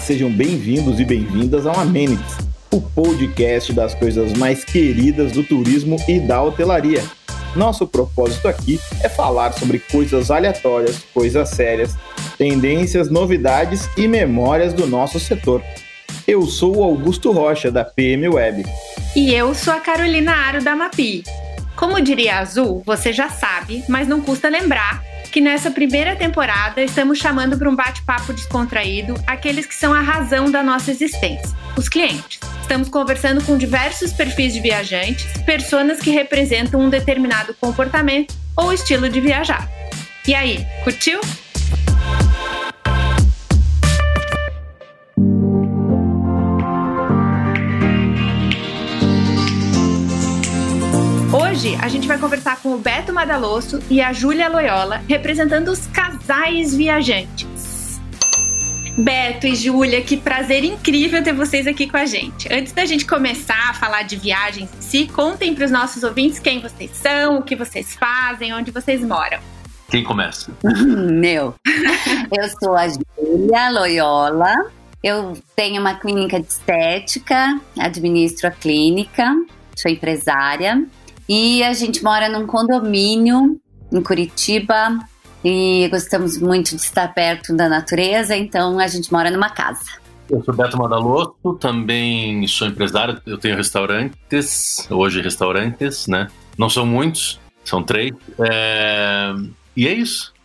sejam bem-vindos e bem-vindas ao Amenities, o podcast das coisas mais queridas do turismo e da hotelaria. Nosso propósito aqui é falar sobre coisas aleatórias, coisas sérias, tendências, novidades e memórias do nosso setor. Eu sou o Augusto Rocha, da PM Web. E eu sou a Carolina Aro, da Mapi. Como diria a Azul, você já sabe, mas não custa lembrar que nessa primeira temporada estamos chamando para um bate-papo descontraído aqueles que são a razão da nossa existência, os clientes. Estamos conversando com diversos perfis de viajantes, personas que representam um determinado comportamento ou estilo de viajar. E aí, curtiu? Hoje a gente vai conversar com o Beto Madalosso e a Júlia Loyola, representando os casais viajantes. Beto e Júlia, que prazer incrível ter vocês aqui com a gente. Antes da gente começar a falar de viagens em si, contem para os nossos ouvintes quem vocês são, o que vocês fazem, onde vocês moram. Quem começa? Eu sou a Júlia Loyola, eu tenho uma clínica de estética, administro a clínica, sou empresária e a gente mora num condomínio em Curitiba. E gostamos muito de estar perto da natureza, então a gente mora numa casa. Eu sou Beto Madalosso, também sou empresário, eu tenho restaurantes, hoje restaurantes, né? Não são muitos, são 3. E é isso.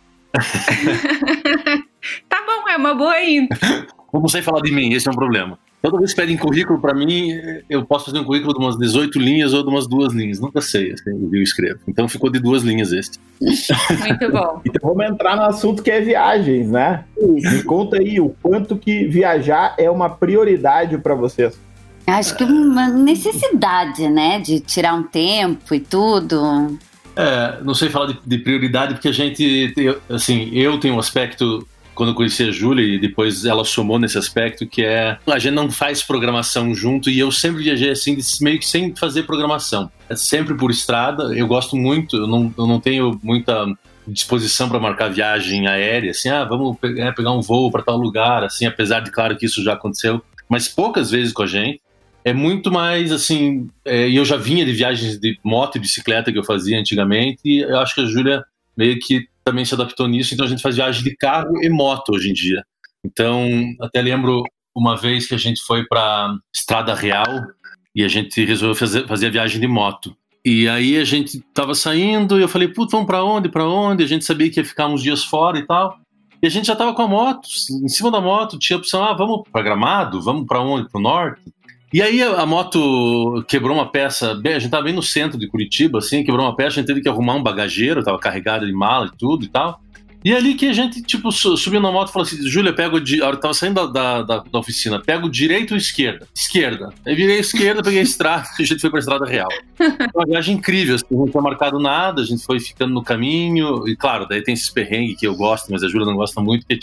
Tá bom, é uma boa intro. Eu não sei falar de mim, esse é um problema. Toda vez que pedem currículo para mim, eu posso fazer um currículo de umas 18 linhas ou de umas 2 linhas. Nunca sei, assim, eu escrevo. Então ficou de 2 linhas esse. Muito bom. Então vamos entrar no assunto que é viagens, né? Me conta aí o quanto que viajar é uma prioridade para vocês. Acho que uma necessidade, né? De tirar um tempo e tudo. Não sei falar de prioridade, porque a gente, eu tenho um aspecto... Quando eu conheci a Júlia e depois ela somou nesse aspecto, que é a gente não faz programação junto, e eu sempre viajei assim, meio que sem fazer programação. É sempre por estrada, eu gosto muito, eu não tenho muita disposição para marcar viagem aérea, assim, vamos pegar um voo para tal lugar, assim, apesar de, claro, que isso já aconteceu, mas poucas vezes com a gente. É muito mais, assim, e eu já vinha de viagens de moto e bicicleta que eu fazia antigamente, e eu acho que a Júlia meio que também se adaptou nisso, então a gente faz viagem de carro e moto hoje em dia. Então, até lembro uma vez que a gente foi para Estrada Real e a gente resolveu fazer a viagem de moto. E aí a gente tava saindo e eu falei, putz, vamos para onde? Para onde? A gente sabia que ia ficar uns dias fora e tal. E a gente já tava com a moto, em cima da moto tinha a opção, vamos para Gramado? Vamos para onde? Para o norte? E aí a moto quebrou uma peça, a gente tava bem no centro de Curitiba, assim, quebrou uma peça, a gente teve que arrumar um bagageiro, tava carregado de mala e tudo e tal. E ali que a gente, subiu na moto e falou assim, Júlia, eu tava saindo da oficina, pego direita ou esquerda? Esquerda. Aí virei a esquerda, peguei a estrada e a gente foi pra Estrada Real. Uma viagem incrível, assim, não tinha marcado nada, a gente foi ficando no caminho, e claro, daí tem esses perrengues que eu gosto, mas a Júlia não gosta muito, que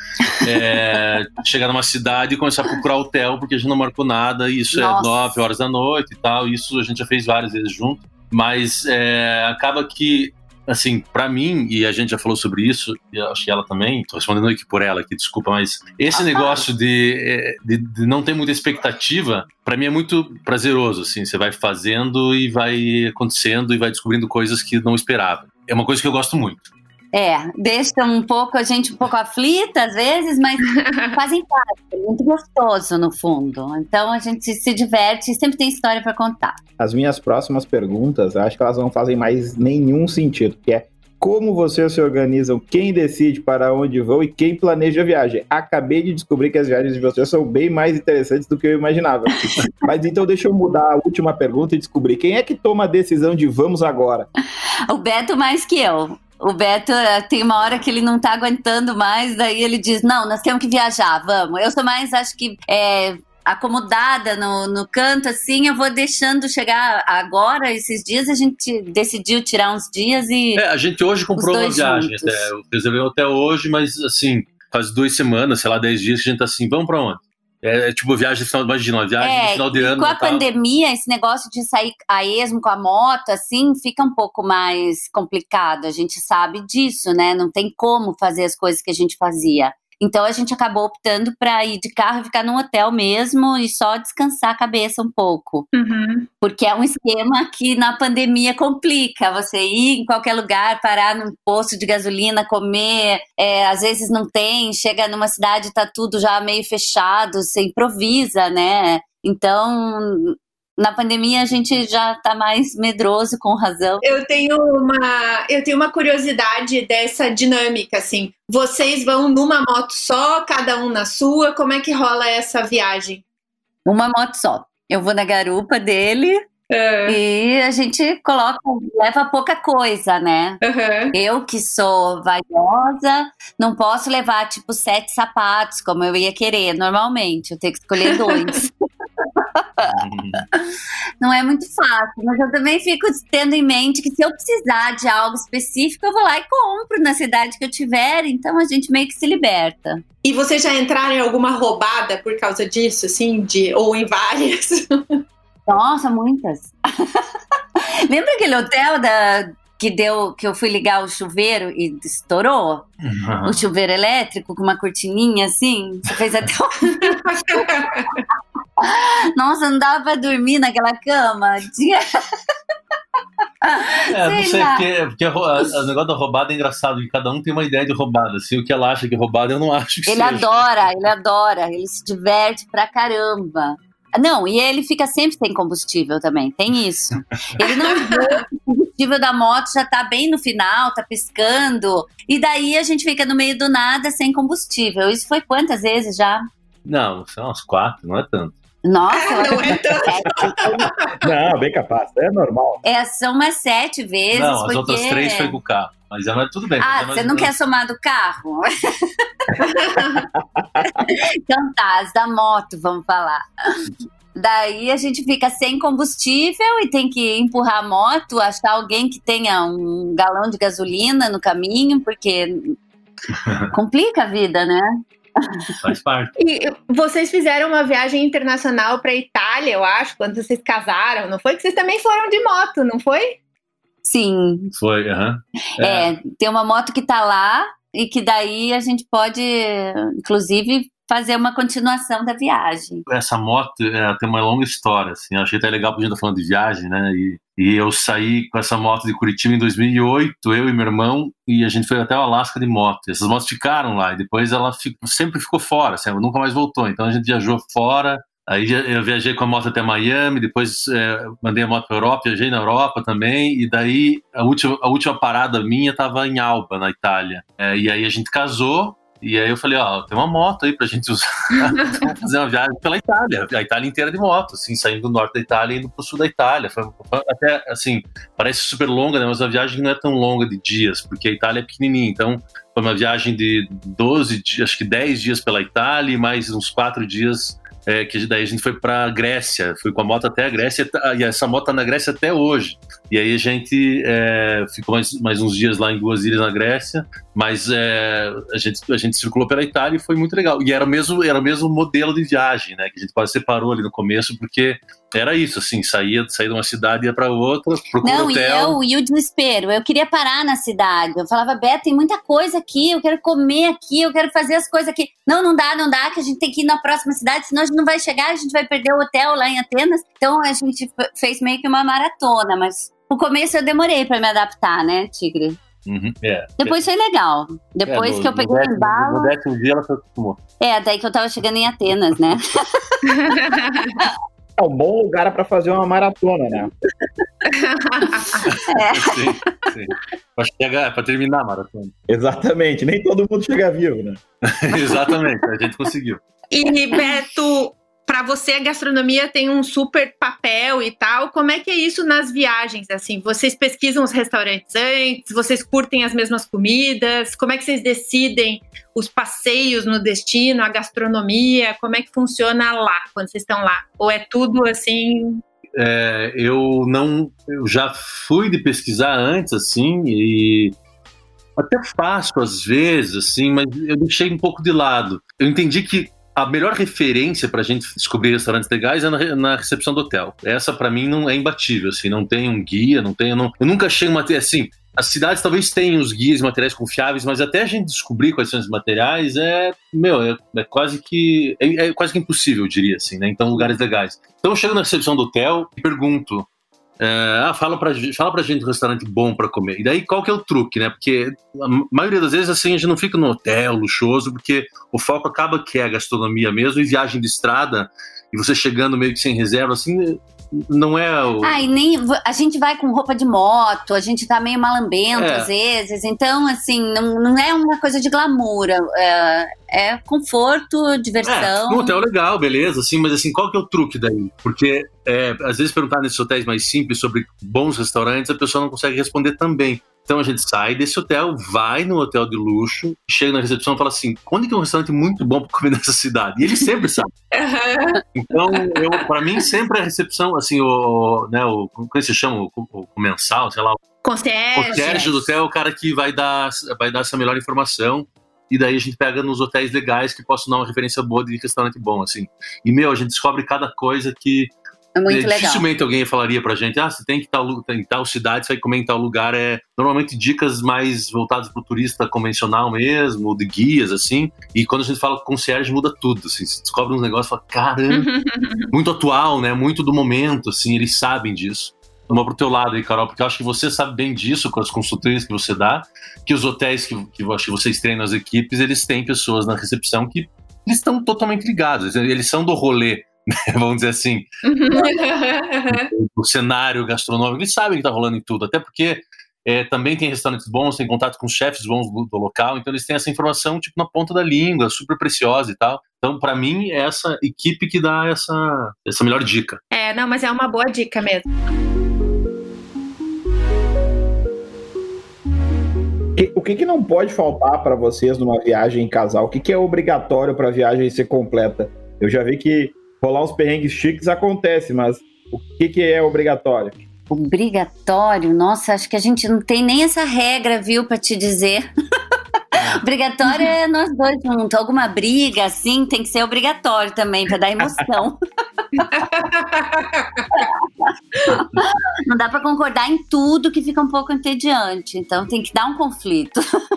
é chegar numa cidade e começar a procurar hotel, porque a gente não marcou nada, e isso é 9 horas da noite e tal, isso a gente já fez várias vezes junto, mas acaba que, assim, pra mim, e a gente já falou sobre isso, e acho que ela também, tô respondendo aqui por ela, aqui, desculpa, mas esse negócio de não ter muita expectativa, pra mim é muito prazeroso, assim, você vai fazendo e vai acontecendo e vai descobrindo coisas que não esperava. É uma coisa que eu gosto muito. Deixa a gente um pouco aflita às vezes, mas fazem parte, é muito gostoso no fundo. Então a gente se diverte e sempre tem história para contar. As minhas próximas perguntas, acho que elas não fazem mais nenhum sentido, que é como vocês se organizam, quem decide para onde vão e quem planeja a viagem. Acabei de descobrir que as viagens de vocês são bem mais interessantes do que eu imaginava. Mas então deixa eu mudar a última pergunta e descobrir quem é que toma a decisão de vamos agora? O Beto mais que eu. O Beto tem uma hora que ele não tá aguentando mais, daí ele diz, não, nós temos que viajar, vamos. Eu sou mais, acho que, acomodada no canto, assim, eu vou deixando chegar agora, esses dias a gente decidiu tirar uns dias e... a gente hoje comprou uma viagem, eu reservei até hoje, mas assim, faz 2 semanas, sei lá, 10 dias que a gente tá assim, vamos pra onde? Tipo viagem de final, imagina, uma viagem de final de ano. Com a pandemia, esse negócio de sair a esmo com a moto, assim, fica um pouco mais complicado. A gente sabe disso, né? Não tem como fazer as coisas que a gente fazia. Então a gente acabou optando para ir de carro e ficar num hotel mesmo e só descansar a cabeça um pouco. Porque é um esquema que na pandemia complica. Você ir em qualquer lugar, parar num posto de gasolina, comer, às vezes não tem, chega numa cidade e tá tudo já meio fechado, você improvisa, né? Então, na pandemia a gente já tá mais medroso, com razão. Eu tenho uma curiosidade dessa dinâmica, assim. Vocês vão numa moto só, cada um na sua? Como é que rola essa viagem? Uma moto só. Eu vou na garupa dele e a gente leva pouca coisa, né? Eu que sou vaidosa, não posso levar tipo 7 sapatos, como eu ia querer normalmente. Eu tenho que escolher 2. Não é muito fácil, mas eu também fico tendo em mente que se eu precisar de algo específico, eu vou lá e compro na cidade que eu tiver, então a gente meio que se liberta. E vocês já entraram em alguma roubada por causa disso, assim, ou em várias? Nossa, muitas. Lembra aquele hotel que eu fui ligar o chuveiro e estourou? O chuveiro elétrico com uma cortininha assim? Você fez até Nossa, não dava pra dormir naquela cama. Não sei, porque o negócio da roubada é engraçado, e cada um tem uma ideia de roubada. Assim, o que ela acha que é roubada, eu não acho que ele adora, ele se diverte pra caramba. Não, e ele fica sempre sem combustível também, tem isso. Ele não vê que o combustível da moto já tá bem no final, tá piscando, e daí a gente fica no meio do nada sem combustível. Isso foi quantas vezes já? Não, são umas 4, não é tanto. Nossa, não é tanto. Não, bem capaz, é normal. São umas 7 vezes. Não, as outras 3 foi com o carro. Mas tudo bem. Você não quer somar do carro? Então tá, as da moto, vamos falar. Daí a gente fica sem combustível e tem que empurrar a moto, achar alguém que tenha um galão de gasolina no caminho, porque complica a vida, né? Faz parte. E vocês fizeram uma viagem internacional para Itália, eu acho, quando vocês casaram, não foi? Que vocês também foram de moto, não foi? Sim. Foi, tem uma moto que tá lá e que daí a gente pode, inclusive, fazer uma continuação da viagem. Essa moto tem uma longa história, assim. Eu achei até legal porque a gente tá falando de viagem, né? E eu saí com essa moto de Curitiba em 2008, eu e meu irmão, e a gente foi até o Alasca de moto. Essas motos ficaram lá e depois ela sempre ficou fora, assim, ela nunca mais voltou. Então a gente viajou fora. Aí eu viajei com a moto até Miami, depois mandei a moto para a Europa, viajei na Europa também, e daí a última parada minha estava em Alba, na Itália. E aí a gente casou, e aí eu falei, tem uma moto aí pra gente usar, vamos fazer uma viagem pela Itália, a Itália inteira de moto, assim, saindo do norte da Itália e indo pro sul da Itália. Foi até, assim, parece super longa, né, mas a viagem não é tão longa de dias, porque a Itália é pequenininha, então foi uma viagem de 12 dias, acho que 10 dias pela Itália e mais uns 4 dias que daí a gente foi pra Grécia, fui com a moto até a Grécia, e essa moto tá na Grécia até hoje. E aí a gente ficou mais uns dias lá em 2 ilhas na Grécia, mas a gente circulou pela Itália e foi muito legal. E era o mesmo modelo de viagem, né? Que a gente quase separou ali no começo, porque era isso, assim, saía de uma cidade e ia pra outra, procura hotel. E o desespero, eu queria parar na cidade, eu falava, Beto, tem muita coisa aqui, eu quero comer aqui, eu quero fazer as coisas aqui. Não dá, que a gente tem que ir na próxima cidade, senão a gente não vai chegar, a gente vai perder o hotel lá em Atenas. Então a gente fez meio que uma maratona, mas no começo eu demorei pra me adaptar, né, Tigre? Depois foi legal. Depois que eu peguei o embalo. No 10º dia ela se acostumou. Daí que eu tava chegando em Atenas, né? É um bom lugar para fazer uma maratona, né? Sim. Para terminar a maratona. Exatamente, nem todo mundo chega vivo, né? Exatamente, a gente conseguiu. E Beto, para você a gastronomia tem um super papel e tal, como é que é isso nas viagens, assim? Vocês pesquisam os restaurantes antes? Vocês curtem as mesmas comidas? Como é que vocês decidem os passeios no destino, a gastronomia? Como é que funciona lá, quando vocês estão lá? Ou é tudo assim... Eu já fui de pesquisar antes, assim, e até faço às vezes, assim, mas eu deixei um pouco de lado. Eu entendi que a melhor referência pra gente descobrir restaurantes legais é na recepção do hotel. Essa pra mim não é imbatível, assim, não tem um guia, eu nunca achei assim, As cidades talvez tenham os guias e materiais confiáveis, mas até a gente descobrir quais são os materiais é quase que impossível, eu diria assim, né? Então, lugares legais. Então, eu chego na recepção do hotel e pergunto, fala pra gente um restaurante bom pra comer. E daí, qual que é o truque, né? Porque a maioria das vezes, assim, a gente não fica no hotel luxuoso, porque o foco acaba que é a gastronomia mesmo, e viagem de estrada, e você chegando meio que sem reserva, assim, não é o... E nem a gente vai com roupa de moto, a gente tá meio malambento às vezes, então assim, não é uma coisa de glamour, é conforto, diversão. Um hotel legal, beleza, assim, mas assim, qual que é o truque daí? Porque às vezes perguntar nesses hotéis mais simples sobre bons restaurantes, a pessoa não consegue responder também. Então a gente sai desse hotel, vai no hotel de luxo, chega na recepção e fala assim, onde que é um restaurante muito bom para comer nessa cidade? E ele sempre sabe. Então, para mim, sempre a recepção, assim, como é que se chama? O mensal, sei lá. O concierge do hotel é o cara que vai dar essa melhor informação. E daí a gente pega nos hotéis legais que possam dar uma referência boa de restaurante bom, assim. E, a gente descobre cada coisa que... É muito dificilmente legal. Alguém falaria pra gente, você tem que estar em tal cidade, você vai comer em tal lugar. Normalmente dicas mais voltadas pro turista convencional mesmo, de guias, assim. E quando a gente fala com concierge, muda tudo, assim. Você descobre uns negócios e fala, caramba, muito atual, né? Muito do momento, assim, eles sabem disso. Vamos pro teu lado aí, Carol, porque eu acho que você sabe bem disso com as consultorias que você dá, que os hotéis que eu acho que vocês treinam as equipes, eles têm pessoas na recepção que eles estão totalmente ligados, eles são do rolê, vamos dizer assim, o cenário gastronômico, eles sabem o que está rolando em tudo, até porque também tem restaurantes bons, tem contato com os chefes bons do local, então eles têm essa informação tipo na ponta da língua, super preciosa e tal. Então, para mim, é essa equipe que dá essa melhor dica. Mas é uma boa dica mesmo. O que não pode faltar para vocês numa viagem em casal? O que é obrigatório para a viagem ser completa? Eu já vi que rolar uns perrengues chiques acontece, mas o que é obrigatório? Obrigatório? Nossa, acho que a gente não tem nem essa regra, viu, para te dizer. Obrigatório é nós dois juntos. Alguma briga, assim, tem que ser obrigatório também, para dar emoção. Não dá para concordar em tudo, que fica um pouco entediante. Então tem que dar um conflito.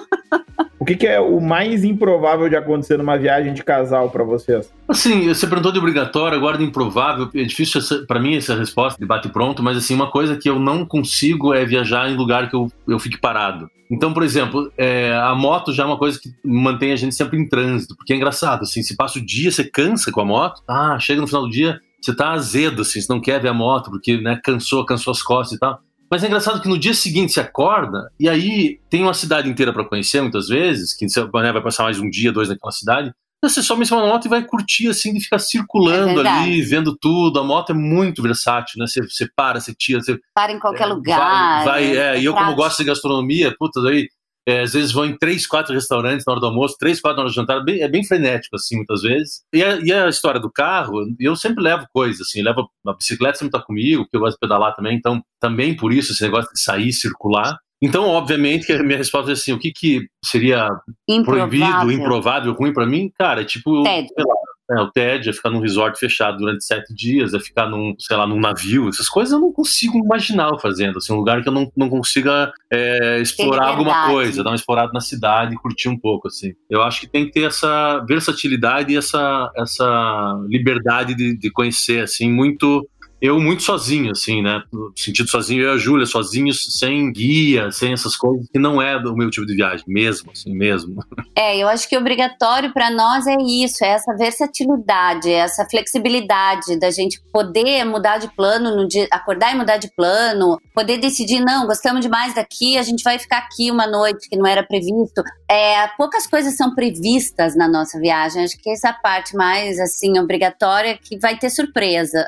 O que é o mais improvável de acontecer numa viagem de casal para vocês? Assim, você perguntou de obrigatório, agora de improvável. É difícil para mim essa resposta de bate pronto, mas assim, uma coisa que eu não consigo é viajar em lugar que eu fique parado. Então, por exemplo, a moto já é uma coisa que mantém a gente sempre em trânsito, porque é engraçado, assim, se passa o dia, você cansa com a moto, chega no final do dia, você tá azedo, assim, você não quer ver a moto, porque, né, cansou as costas e tal. Mas é engraçado que no dia seguinte você acorda, e aí tem uma cidade inteira para conhecer, muitas vezes, que você vai passar mais um dia, 2 naquela cidade, você sobe em cima da moto e vai curtir, assim, de ficar circulando ali, vendo tudo. A moto é muito versátil, né? Você para, você tira, você... Para em qualquer lugar. E eu, como gosto de gastronomia, daí... às vezes vão em 3, 4 restaurantes na hora do almoço, 3, 4 na hora do jantar, é bem frenético, assim, muitas vezes. E a história do carro, eu sempre levo coisas, assim, levo a bicicleta, sempre tá comigo, porque eu gosto de pedalar também, então também por isso esse negócio de sair, circular. Então, obviamente, que a minha resposta é assim, o que seria proibido, improvável, ruim pra mim? Cara, é tipo, sei lá, o TED é ficar num resort fechado durante 7 dias, é ficar num navio, essas coisas eu não consigo imaginar eu fazendo, assim, um lugar que eu não consiga explorar alguma coisa, dar uma explorada na cidade e curtir um pouco, assim. Eu acho que tem que ter essa versatilidade e essa liberdade de conhecer, assim, muito sozinho, assim, né? No sentido sozinho, eu e a Júlia, sozinhos, sem guia, sem essas coisas, que não é o meu tipo de viagem, mesmo, assim, mesmo. Eu acho que obrigatório para nós é isso, é essa versatilidade, essa flexibilidade da gente poder mudar de plano no dia, acordar e mudar de plano, poder decidir, não, gostamos demais daqui, a gente vai ficar aqui uma noite que não era previsto. Poucas coisas são previstas na nossa viagem, acho que essa é a parte mais, assim, obrigatória, que vai ter surpresa.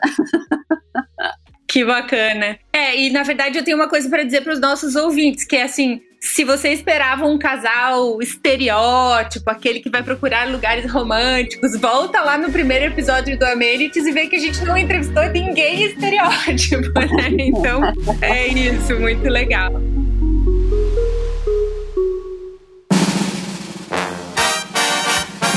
Que bacana. E na verdade eu tenho uma coisa para dizer para os nossos ouvintes, que é assim, se você esperava um casal estereótipo, aquele que vai procurar lugares românticos, volta lá no primeiro episódio do Amenities e vê que a gente não entrevistou ninguém estereótipo, né? Então é isso, muito legal.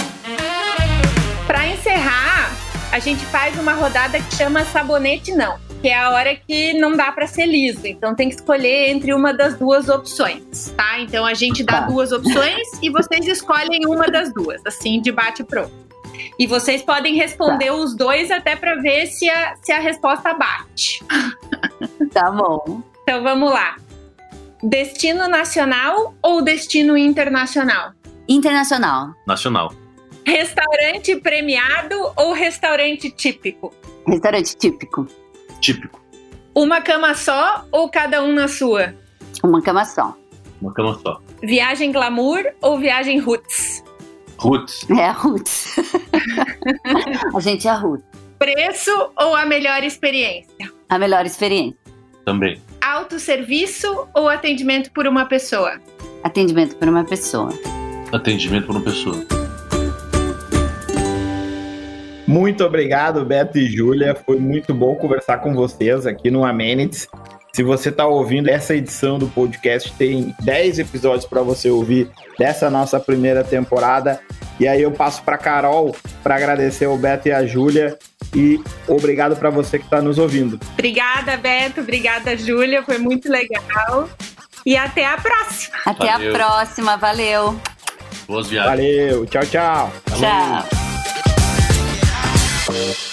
Para encerrar, a gente faz uma rodada que chama Sabonete Não. que é a hora que não dá para ser liso. Então tem que escolher entre uma das duas opções, tá? Então a gente dá duas opções e vocês escolhem uma das duas, assim, de bate pronto. E vocês podem responder os dois até para ver se a resposta bate. Tá bom. Então vamos lá. Destino nacional ou destino internacional? Internacional. Nacional. Restaurante premiado ou restaurante típico? Restaurante típico. Típico. Uma cama só ou cada um na sua? Uma cama só. Uma cama só. Viagem glamour ou viagem roots? Roots. É a Roots. A gente é a Roots. Preço ou a melhor experiência? A melhor experiência. Também. Autosserviço ou atendimento por uma pessoa? Atendimento por uma pessoa. Atendimento por uma pessoa. Muito obrigado, Beto e Júlia. Foi muito bom conversar com vocês aqui no Amenities. Se você está ouvindo essa edição do podcast, tem 10 episódios para você ouvir dessa nossa primeira temporada. E aí eu passo para Carol para agradecer ao Beto e a Júlia. E obrigado para você que está nos ouvindo. Obrigada, Beto. Obrigada, Júlia. Foi muito legal. E até a próxima. Até Valeu. a próxima. Valeu. Boas viagens. Valeu. Tchau, tchau. Tchau.